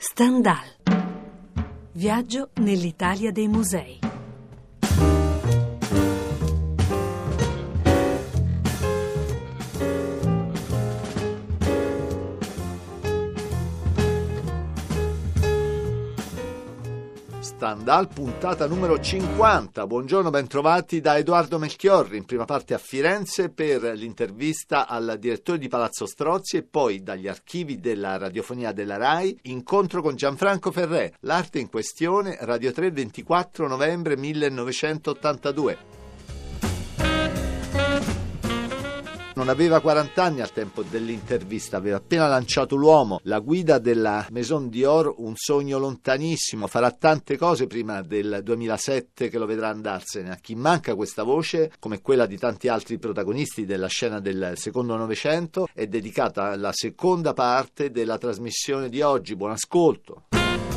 Stendhal. Viaggio nell'Italia dei musei. Stendhal, puntata numero 50. Buongiorno, bentrovati da Edoardo Melchiorri. In prima parte a Firenze per l'intervista al direttore di Palazzo Strozzi e poi dagli archivi della radiofonia della RAI, incontro con Gianfranco Ferré. L'arte in questione, Radio 3, 24 novembre 1982. Non aveva 40 anni al tempo dell'intervista, aveva appena lanciato L'Uomo, la guida della Maison Dior, un sogno lontanissimo, farà tante cose prima del 2007 che lo vedrà andarsene. A chi manca questa voce, come quella di tanti altri protagonisti della scena del secondo Novecento, è dedicata alla seconda parte della trasmissione di oggi. Buon ascolto.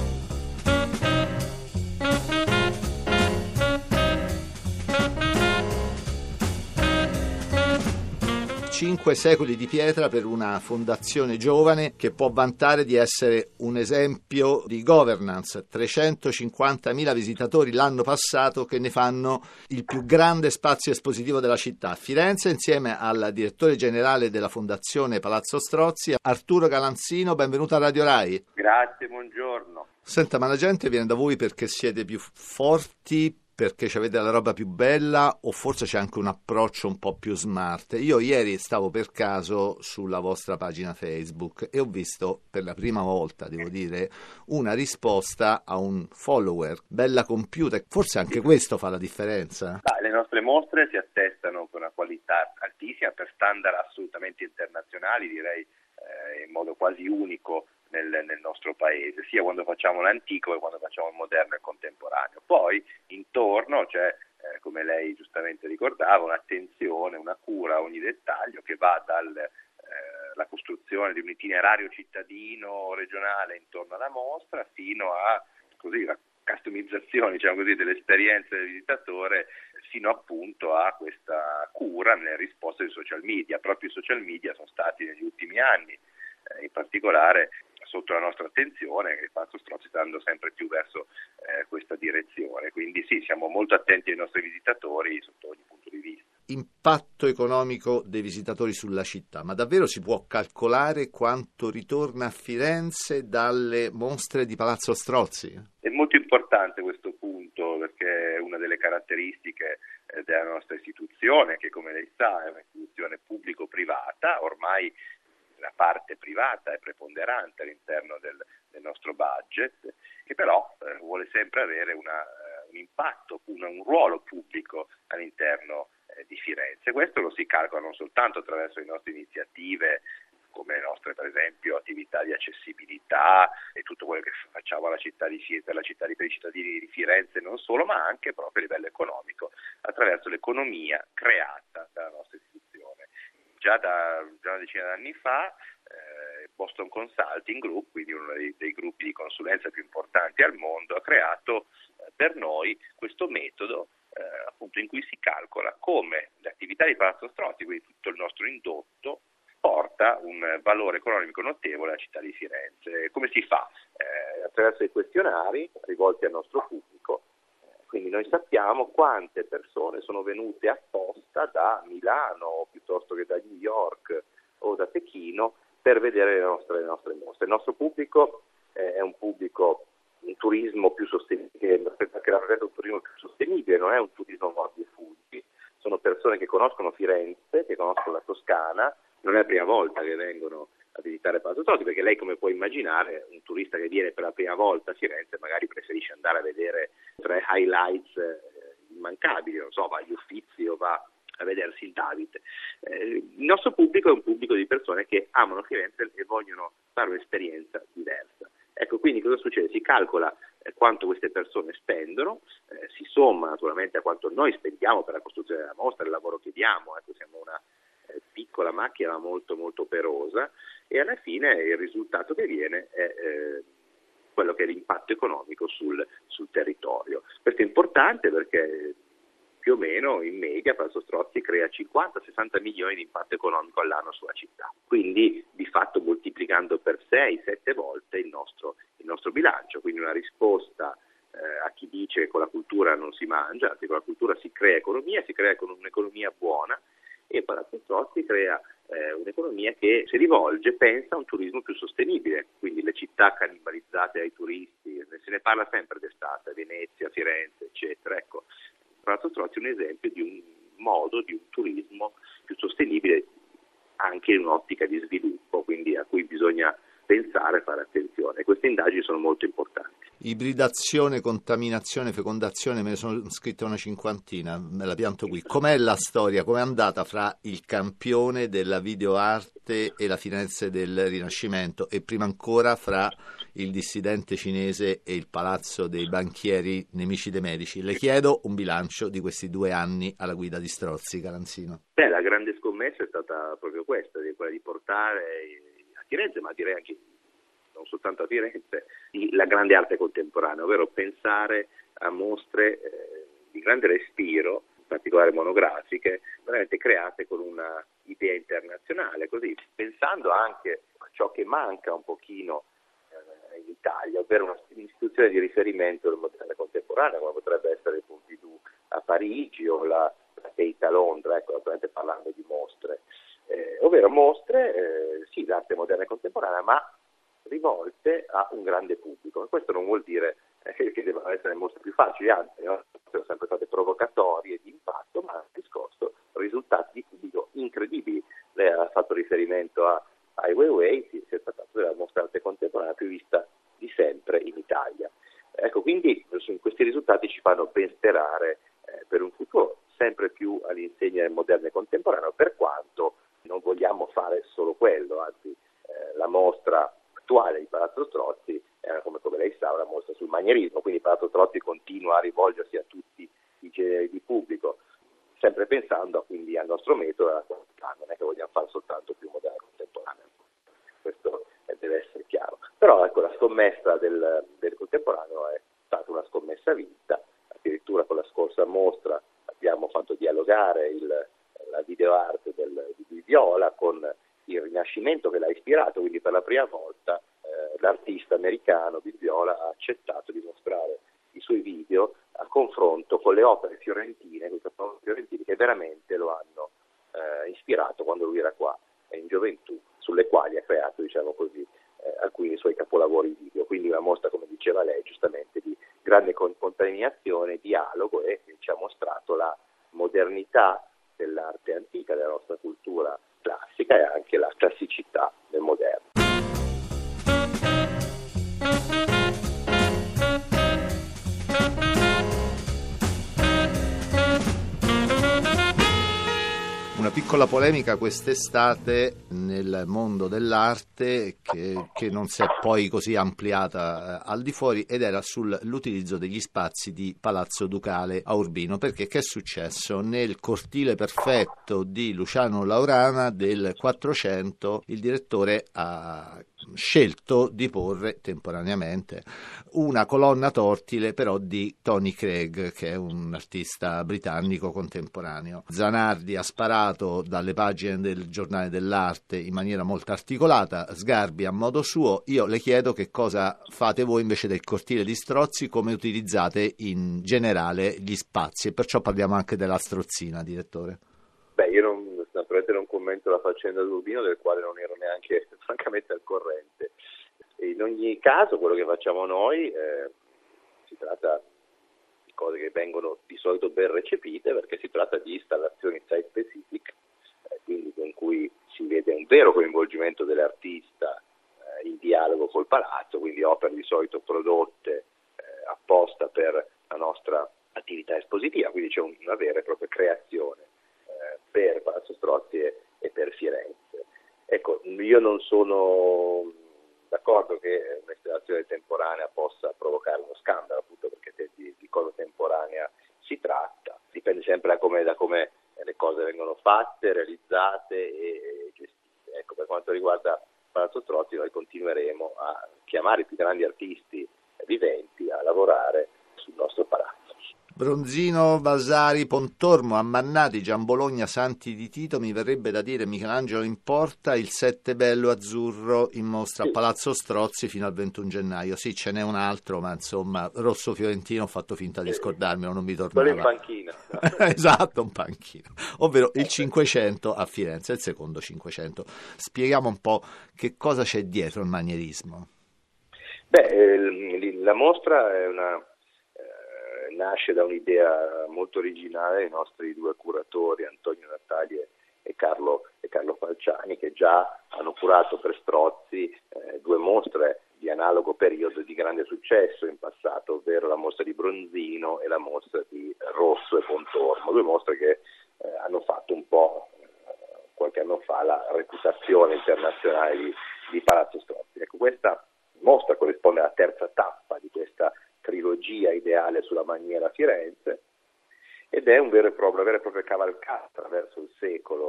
5 secoli di pietra per una fondazione giovane che può vantare di essere un esempio di governance. 350.000 visitatori l'anno passato, che ne fanno il più grande spazio espositivo della città. Firenze, insieme al direttore generale della Fondazione Palazzo Strozzi, Arturo Galanzino. Benvenuto a Radio RAI. Grazie, buongiorno. Senta, ma la gente viene da voi perché siete più forti, perché avete la roba più bella, o forse c'è anche un approccio un po' più smart? Io ieri stavo per caso sulla vostra pagina Facebook e ho visto per la prima volta, devo dire, una risposta a un follower bella compiuta. Forse anche questo fa la differenza. Le nostre mostre si attestano con una qualità altissima, per standard assolutamente internazionali, direi in modo quasi unico nel nostro paese, sia quando facciamo l'antico che quando facciamo il moderno e contemporaneo. Poi intorno c'è, come lei giustamente ricordava, un'attenzione, una cura a ogni dettaglio che va dalla costruzione di un itinerario cittadino regionale intorno alla mostra fino a la customizzazione, diciamo così, dell'esperienza del visitatore, fino appunto a questa cura nelle risposte dei social media. Proprio i social media sono stati negli ultimi anni, in particolare sotto la nostra attenzione, che Palazzo Strozzi sta andando sempre più verso questa direzione. Quindi sì, siamo molto attenti ai nostri visitatori sotto ogni punto di vista. Impatto economico dei visitatori sulla città, ma davvero si può calcolare quanto ritorna a Firenze dalle mostre di Palazzo Strozzi? È molto importante questo punto, perché è una delle caratteristiche della nostra istituzione, che come lei sa è un'istituzione pubblico-privata. Ormai la parte privata è preponderante all'interno del nostro budget, che però vuole sempre avere un impatto, un ruolo pubblico all'interno di Firenze. Questo lo si calcola non soltanto attraverso le nostre iniziative, come le nostre, per esempio, attività di accessibilità e tutto quello che facciamo per i cittadini di Firenze, non solo, ma anche proprio a livello economico, attraverso l'economia creata dalla nostra istituzione. Già una decina di anni fa Boston Consulting Group, quindi uno dei gruppi di consulenza più importanti al mondo, ha creato per noi questo metodo appunto in cui si calcola come l'attività di Palazzo Strozzi, quindi tutto il nostro indotto, porta un valore economico notevole alla città di Firenze. Come si fa? Attraverso dei questionari rivolti al nostro pubblico. Quindi noi sappiamo quante persone sono venute apposta da Milano piuttosto che da New York o da Pechino per vedere le nostre mostre. Il nostro pubblico è un turismo più sostenibile, che rappresenta un turismo più sostenibile, non è un turismo mordi e fuggi. Sono persone che conoscono Firenze, che conoscono la Toscana. Non è la prima volta che vengono a visitare Palazzo Strozzi, perché lei, come può immaginare, un turista che viene per la prima volta a Firenze magari preferisce andare a vedere 3 highlights immancabili, non so, va agli Uffizi o va a vedersi il David. Il nostro pubblico è un pubblico di persone che amano Firenze e vogliono fare un'esperienza diversa. Ecco, quindi cosa succede? Si calcola quanto queste persone spendono, si somma naturalmente a quanto noi spendiamo per la costruzione della mostra, il lavoro che diamo. Ecco, siamo una piccola macchina molto molto operosa, e alla fine il risultato che viene è quello che è l'impatto economico sul territorio. Questo è importante perché più o meno in media Palazzo Strozzi crea 50-60 milioni di impatto economico all'anno sulla città, quindi di fatto moltiplicando per 6-7 volte il nostro bilancio, quindi una risposta a chi dice che con la cultura non si mangia, anzi con la cultura si crea economia, si crea un'economia buona, e Palazzo Strozzi crea un'economia che si rivolge, pensa a un turismo più sostenibile, quindi le città cannibalizzate dai turisti, se ne parla sempre d'estate, Venezia, Firenze, eccetera. Ecco, Palazzo Strozzi è un esempio di un modo, di un turismo più sostenibile anche in un'ottica di sviluppo, quindi a cui bisogna pensare e fare attenzione. Queste indagini sono molto importanti. Ibridazione, contaminazione, fecondazione, me ne sono scritto una cinquantina, me la pianto qui. Com'è la storia, com'è andata fra il campione della videoarte e la Firenze del Rinascimento, e prima ancora fra il dissidente cinese e il palazzo dei banchieri nemici dei medici? Le chiedo un bilancio di questi 2 anni alla guida di Strozzi, Calanzino. La grande scommessa è stata proprio questa, quella di portare a Firenze, ma direi anche non soltanto a Firenze, la grande arte contemporanea, ovvero pensare a mostre di grande respiro, in particolare monografiche, veramente create con una idea internazionale, così pensando anche a ciò che manca un pochino in Italia, ovvero un'istituzione di riferimento del moderno contemporaneo, come potrebbe essere il Pompidou a Parigi o la Tate a Londra, ecco, naturalmente parlando di mostre, ovvero mostre, sì, d'arte moderna e contemporanea, ma rivolte a un grande pubblico. E questo non vuol dire che devono essere mostre più facili, anzi, sono sempre state provocatorie di impatto, ma hanno riscosso risultati di pubblico incredibili. Lei ha fatto riferimento ai Weiwei, si è trattato della mostra d'arte contemporanea più vista di sempre in Italia. Ecco, quindi questi risultati ci fanno ben sperare per un futuro sempre più all'insegna del moderno e contemporaneo, per quanto non vogliamo fare solo quello, anzi la mostra attuale di Palazzo Strozzi è, come lei sa, una mostra sul manierismo, quindi Palazzo Strozzi continua a rivolgersi a tutti i generi di pubblico, sempre pensando quindi al nostro metodo e alla qualità, non è che vogliamo fare soltanto più moderno e contemporaneo, questo deve essere chiaro. Però ecco, la scommessa del contemporaneo è stata una scommessa vinta, addirittura con la scorsa mostra abbiamo fatto dialogare la videoarte di Viola con il Rinascimento che l'ha ispirato, quindi per la prima volta l'artista americano di Viola ha accettato di mostrare i suoi video a confronto con le opere fiorentine, che veramente lo hanno ispirato quando lui era qua in gioventù, sulle quali ha creato, diciamo così, alcuni dei suoi capolavori video. Quindi una mostra, come diceva lei, giustamente di grande contaminazione, dialogo, e ci ha mostrato la modernità dell'arte antica, della nostra cultura classica, e anche la classicità del moderno. Una piccola polemica quest'estate nel mondo dell'arte che non si è poi così ampliata al di fuori, ed era sull'utilizzo degli spazi di Palazzo Ducale a Urbino, perché che è successo? Nel cortile perfetto di Luciano Laurana del 400 il direttore ha scelto di porre temporaneamente una colonna tortile però di Tony Craig, che è un artista britannico contemporaneo. Zanardi ha sparato dalle pagine del Giornale dell'Arte in maniera molto articolata, Sgarbi a modo suo. Io le chiedo che cosa fate voi invece del cortile di Strozzi, come utilizzate in generale gli spazi, e perciò parliamo anche della Strozzina, direttore. Io naturalmente non commento la faccenda di Urbino, del quale non ero neanche francamente al corrente. In ogni caso quello che facciamo noi si tratta di cose che vengono di solito ben recepite, perché si tratta di installazioni site specific, quindi con cui si vede un vero coinvolgimento dell'artista in dialogo col palazzo, quindi opere di solito prodotte apposta per la nostra attività espositiva, quindi c'è una vera e propria creazione per Palazzo Strozzi e per Firenze. Ecco, io non sono d'accordo che un'installazione temporanea possa provocare uno scandalo, appunto perché di cosa temporanea si tratta. Dipende sempre da come le cose vengono fatte, realizzate e gestite. Ecco, per quanto riguarda Palazzo Strozzi, noi continueremo a chiamare i più grandi artisti viventi a lavorare sul nostro palazzo. Bronzino, Vasari, Pontormo, Ammannati, Giambologna, Santi di Tito, mi verrebbe da dire Michelangelo in porta, il Sette Bello Azzurro in mostra a Palazzo Strozzi fino al 21 gennaio. Sì, ce n'è un altro, ma insomma, Rosso Fiorentino ho fatto finta di scordarmelo, non mi tornava. Quello in panchina. Esatto, un panchino. Ovvero il 500 a Firenze, il secondo 500. Spieghiamo un po' che cosa c'è dietro il manierismo. La mostra è nasce da un'idea molto originale dei nostri due curatori, Antonio Natali e Carlo Falciani, che già hanno curato per Strozzi due mostre di analogo periodo di grande successo in passato, ovvero la mostra di Bronzino e la mostra di Rosso e Pontormo, due mostre che hanno fatto un po' qualche anno fa la reputazione internazionale di Palazzo Strozzi. Ecco, questa mostra corrisponde alla terza tappa di questa trilogia ideale sulla maniera a Firenze ed è una vera e propria cavalcata attraverso il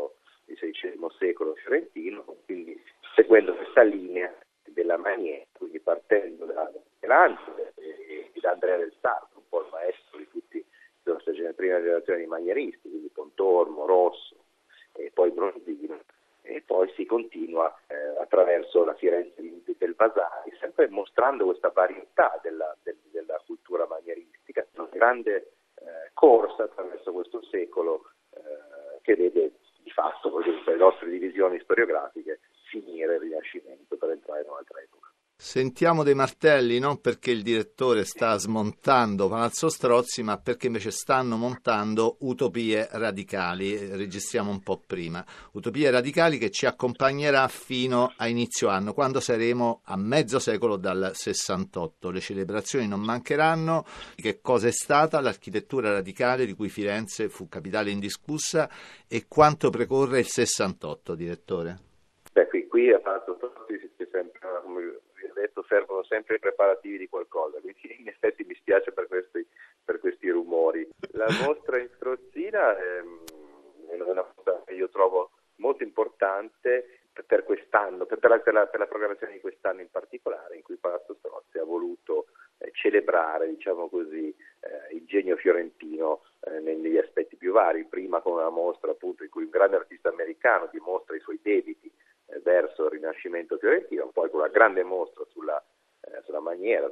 XVI secolo fiorentino, quindi seguendo questa linea della maniera, quindi partendo da Michelangelo e da Andrea del Sarto, un po' il maestro di tutti della prima generazione di manieristi, quindi Pontormo, Rosso e poi Bronzino, e poi si continua attraverso la Firenze del Vasari, sempre mostrando questa varietà della cultura manieristica, una grande corsa attraverso questo secolo che vede di fatto, per le nostre divisioni storiografiche, finire il Rinascimento per entrare in un'altra epoca. Sentiamo dei martelli non perché il direttore sta smontando Palazzo Strozzi, ma perché invece stanno montando Utopie Radicali. Registriamo un po' prima. Utopie Radicali che ci accompagnerà fino a inizio anno, quando saremo a mezzo secolo dal 68. Le celebrazioni non mancheranno. Che cosa è stata l'architettura radicale di cui Firenze fu capitale indiscussa e quanto precorre il 68, direttore? Qui a Palazzo Strozzi si sempre, come vi ho detto, servono sempre i preparativi di qualcosa, quindi in effetti mi spiace per questi rumori. La mostra in Strozzina è una mostra che io trovo molto importante per quest'anno, per la programmazione di quest'anno in particolare, in cui Palazzo Strozzi ha voluto celebrare, diciamo così, il genio fiorentino negli aspetti più vari, prima con una mostra appunto in cui un grande artista americano dimostra i suoi debiti verso il Rinascimento fiorentino, poi con una grande mostra sulla maniera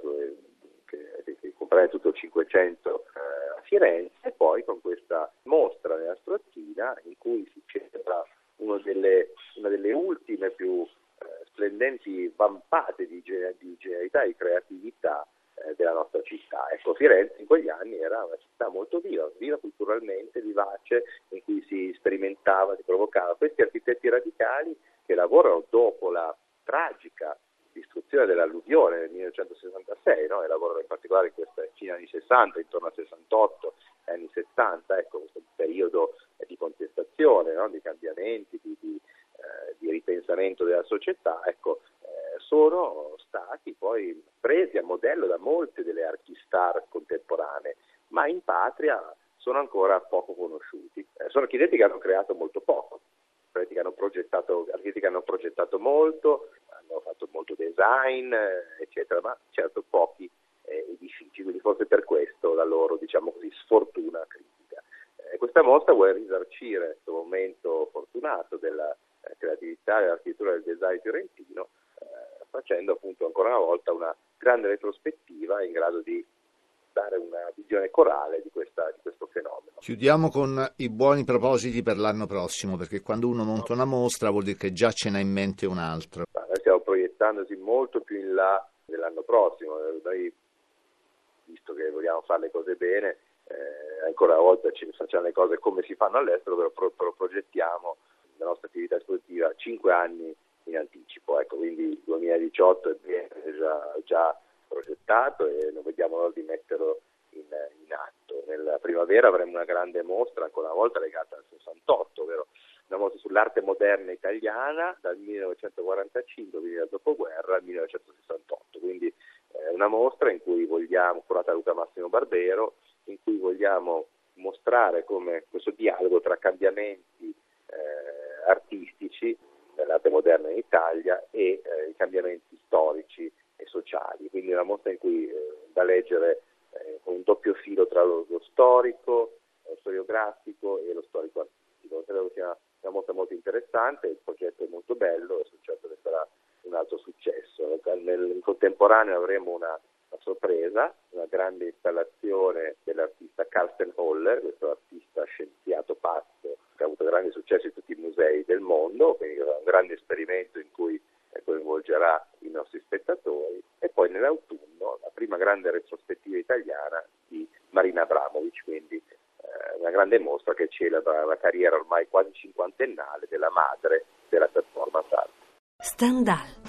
che comprende tutto il Cinquecento a Firenze, e poi con questa mostra nella Strozzina in cui si celebra una delle ultime più splendenti vampate di genialità e di creatività della nostra città. Ecco, Firenze in quegli anni era una città molto viva culturalmente, vivace, in cui si sperimentava, si provocava. Questi architetti radicali che lavorano dopo la tragica distruzione dell'alluvione nel 1966, no? E lavorano in particolare in questi fine anni 60, intorno al 68, anni 70, ecco, questo periodo di contestazione, no? Di cambiamenti, di ripensamento della società, ecco, sono stati poi presi a modello da molte delle archistar contemporanee, ma in patria sono ancora poco conosciuti. Sono architetti che hanno creato molto poco, architetti che hanno progettato molto, hanno fatto molto design, eccetera, ma certo pochi edifici, quindi forse per questo la loro, diciamo così, sfortuna critica. Questa mostra vuole risarcire questo momento fortunato della creatività, dell'architettura e del design fiorentino, facendo appunto ancora una volta una grande retrospettiva in grado di dare una visione corale di questo fenomeno. Chiudiamo con i buoni propositi per l'anno prossimo, perché quando uno monta una mostra vuol dire che già ce n'ha in mente un'altra. Noi stiamo proiettandosi molto più in là dell'anno prossimo. Noi, visto che vogliamo fare le cose bene, ancora una volta facciamo le cose come si fanno all'estero, però progettiamo la nostra attività espositiva 5 anni in anticipo, ecco, quindi il 2018 è già progettato e non vediamo l'ora di metterlo in atto. Nella primavera avremo una grande mostra, ancora una volta legata al 68, ovvero una mostra sull'arte moderna italiana dal 1945, quindi dal dopoguerra, al 1968, quindi una mostra in cui vogliamo, curata da Luca Massimo Barbero, in cui vogliamo mostrare come questo dialogo tra cambiamenti artistici nell'arte moderna in Italia e i cambiamenti storici e sociali, quindi una mostra in cui da leggere un doppio filo tra lo storico, lo storiografico e lo storico artistico. Credo che sia una mostra molto interessante, il progetto è molto bello e sono certo che sarà un altro successo. In contemporanea avremo una sorpresa, una grande installazione dell'artista Carsten Holler, questo artista scienziato pazzo che ha avuto grande successo in tutti i musei del mondo, quindi un grande esperimento in cui coinvolgerà i nostri spettatori, e poi nell'autunno la prima grande retrospettiva italiana di Marina Abramovic, quindi una grande mostra che celebra la carriera ormai quasi cinquantennale della madre della performance art. Stendhal.